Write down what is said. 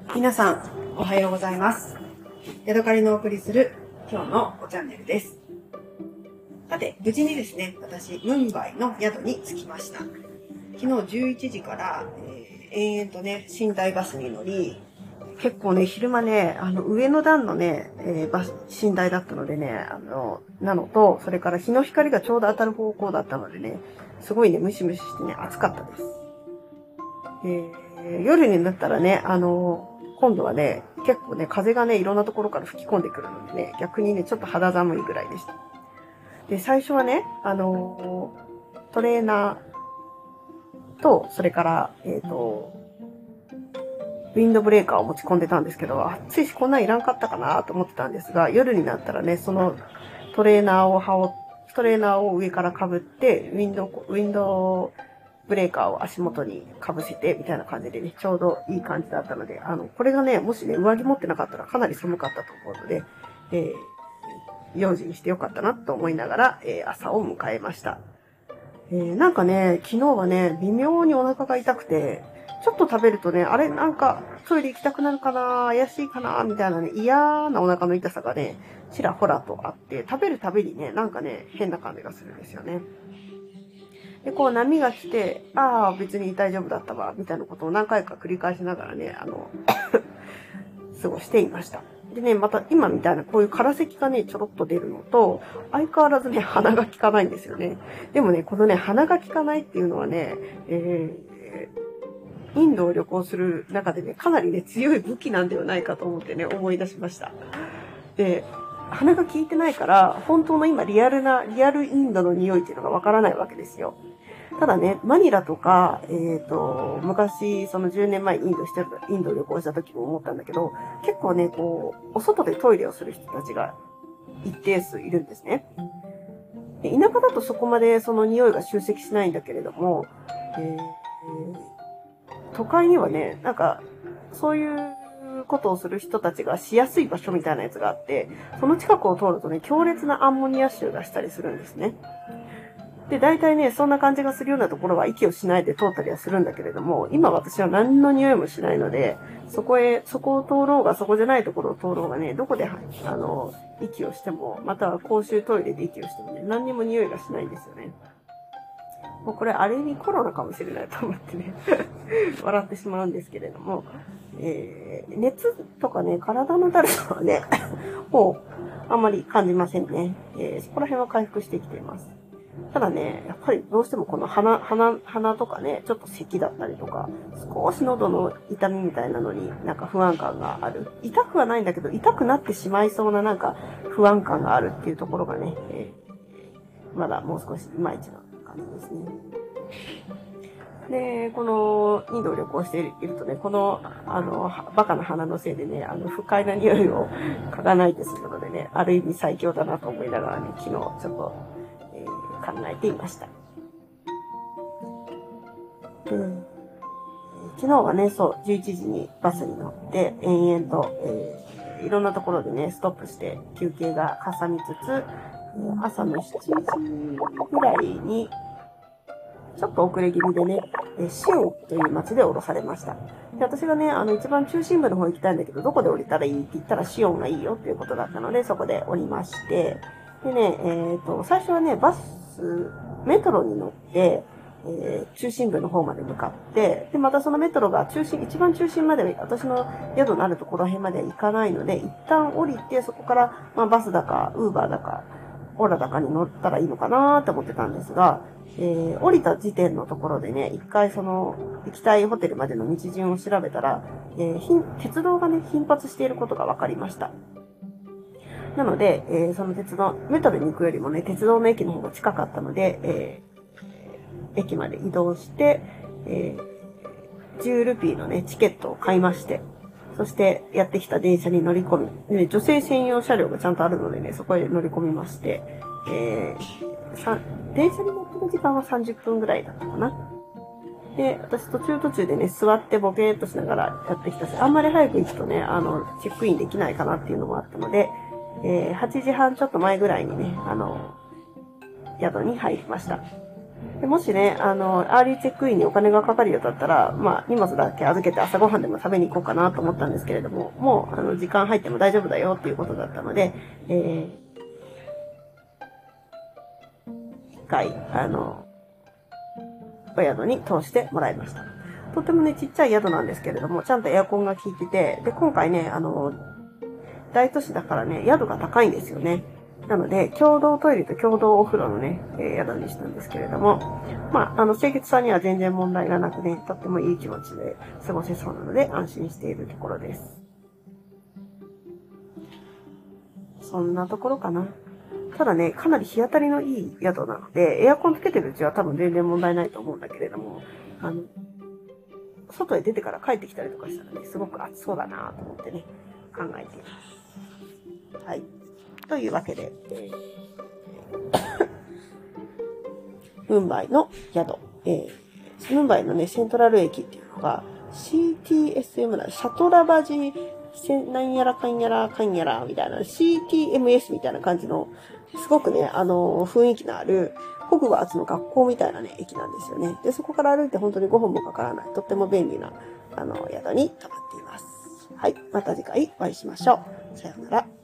皆さん、おはようございます。ヤドカリのお送りする今日のチャンネルです。さて、無事にですね、私、ムンバイの宿に着きました。昨日11時から、延々とね、寝台バスに乗り、結構ね、昼間ね、上の段のね、寝台だったのでね、なのと、それから日の光がちょうど当たる方向だったのでね、すごいね、ムシムシしてね、暑かったです。夜になったらね、今度はね、結構ね、風がね、いろんなところから吹き込んでくるのでね、逆にね、ちょっと肌寒いぐらいでした。で、最初はね、トレーナーと、それから、ウィンドブレーカーを持ち込んでたんですけど、暑いしこんなんいらんかったかなと思ってたんですが、夜になったらね、そのトレーナーを上から被って、ウィンドブレーカーを足元に被せて、みたいな感じでね、ちょうどいい感じだったので、これがね、もしね、上着持ってなかったらかなり寒かったと思うので、用心してよかったなと思いながら、朝を迎えました。なんかね、昨日はね、微妙にお腹が痛くて、ちょっと食べるとね、あれなんかトイレ行きたくなるかな、怪しいかな、みたいなね、嫌なお腹の痛さがね、ちらほらとあって、食べるたびにね、なんかね、変な感じがするんですよね。で、こう波が来て、別に大丈夫だったわ、みたいなことを何回か繰り返しながらね、過ごしていました。でね、また今みたいなこういう空咳がね、ちょろっと出るのと、相変わらずね、鼻が効かないんですよね。でもね、このね、鼻が効かないっていうのはね、インドを旅行する中でね、かなりね、強い武器なんではないかと思ってね、思い出しました。で、鼻が効いてないから、本当の今リアルインドの匂いっていうのがわからないわけですよ。ただね、マニラとか、昔、その10年前にインド旅行した時も思ったんだけど、結構ね、こう、お外でトイレをする人たちが一定数いるんですね。で、田舎だとそこまでその匂いが集積しないんだけれども、都会にはね、なんか、そういうことをする人たちがしやすい場所みたいなやつがあって、その近くを通るとね、強烈なアンモニア臭がしたりするんですね。で、大体ね、そんな感じがするようなところは息をしないで通ったりはするんだけれども、今私は何の匂いもしないので、そこを通ろうが、そこじゃないところを通ろうがね、どこで、息をしても、または公衆トイレで息をしてもね、何にも匂いがしないんですよね。もうこれある意味コロナかもしれないと思ってね、笑ってしまうんですけれども、熱とかね、体のだるさはね、もうあんまり感じませんね。そこら辺は回復してきています。ただね、やっぱりどうしてもこの鼻とかね、ちょっと咳だったりとか、少し喉の痛みみたいなのになんか不安感がある。痛くはないんだけど、痛くなってしまいそうななんか不安感があるっていうところがね、まだもう少しいまいちな感じですね。で、このインドを旅行しているとね、この、バカな鼻のせいでね、不快な匂いを嗅がないで済むのでね、ある意味最強だなと思いながらね、昨日ちょっと、考えていました。昨日はね、11時にバスに乗って、延々と、いろんなところでね、ストップして休憩が挟みつつ、朝の7時ぐらいに、ちょっと遅れ気味でね、シオンという街で降ろされました。で、私がね、一番中心部の方行きたいんだけど、どこで降りたらいいって言ったらシオンがいいよっていうことだったので、そこで降りまして、でね、最初はね、メトロに乗って、中心部の方まで向かって、で、またそのメトロが一番中心まで、私の宿のあるところ辺までは行かないので、一旦降りて、そこから、バスだか、ウーバーだか、オラだかに乗ったらいいのかなと思ってたんですが、降りた時点のところでね、一回行きたいホテルまでの道順を調べたら、鉄道がね、頻発していることが分かりました。なので、そのメトロに行くよりもね、鉄道の駅の方が近かったので、駅まで移動して、10ルピーのね、チケットを買いまして、そしてやってきた電車に乗り込み、ね、女性専用車両がちゃんとあるのでね、そこへ乗り込みまして、電車に乗ってる時間は30分ぐらいだったかな。で、私途中でね、座ってボケーっとしながらやってきたし、あんまり早く行くとね、チェックインできないかなっていうのもあったので、8時半ちょっと前ぐらいにね、宿に入りました。 でもしね、アーリーチェックインにお金がかかるようだったら、まあ、荷物だけ預けて朝ごはんでも食べに行こうかなと思ったんですけれども、もう、時間入っても大丈夫だよっていうことだったので、一回、お宿に通してもらいました。とてもね、ちっちゃい宿なんですけれども、ちゃんとエアコンが効いてて、で、今回ね、大都市だからね、宿が高いんですよね。なので、共同トイレと共同お風呂のね、宿にしたんですけれども、まあ、清潔さんには全然問題がなくね、とってもいい気持ちで過ごせそうなので、安心しているところです。そんなところかな。ただね、かなり日当たりのいい宿なので、エアコンつけてるうちは多分全然問題ないと思うんだけれども、外へ出てから帰ってきたりとかしたらね、すごく暑そうだなと思ってね、考えています。はい。というわけで、ムンバイの宿、ムンバイのね、セントラル駅っていうのが CTSM な、シャトラバジなんやらかんやらかんやらみたいな CTMS みたいな感じの、すごくね、雰囲気のあるホグワーツの学校みたいなね、駅なんですよね。で、そこから歩いて本当に5分もかからない、とっても便利な、宿に泊まっています。はい。また次回お会いしましょう。さようなら。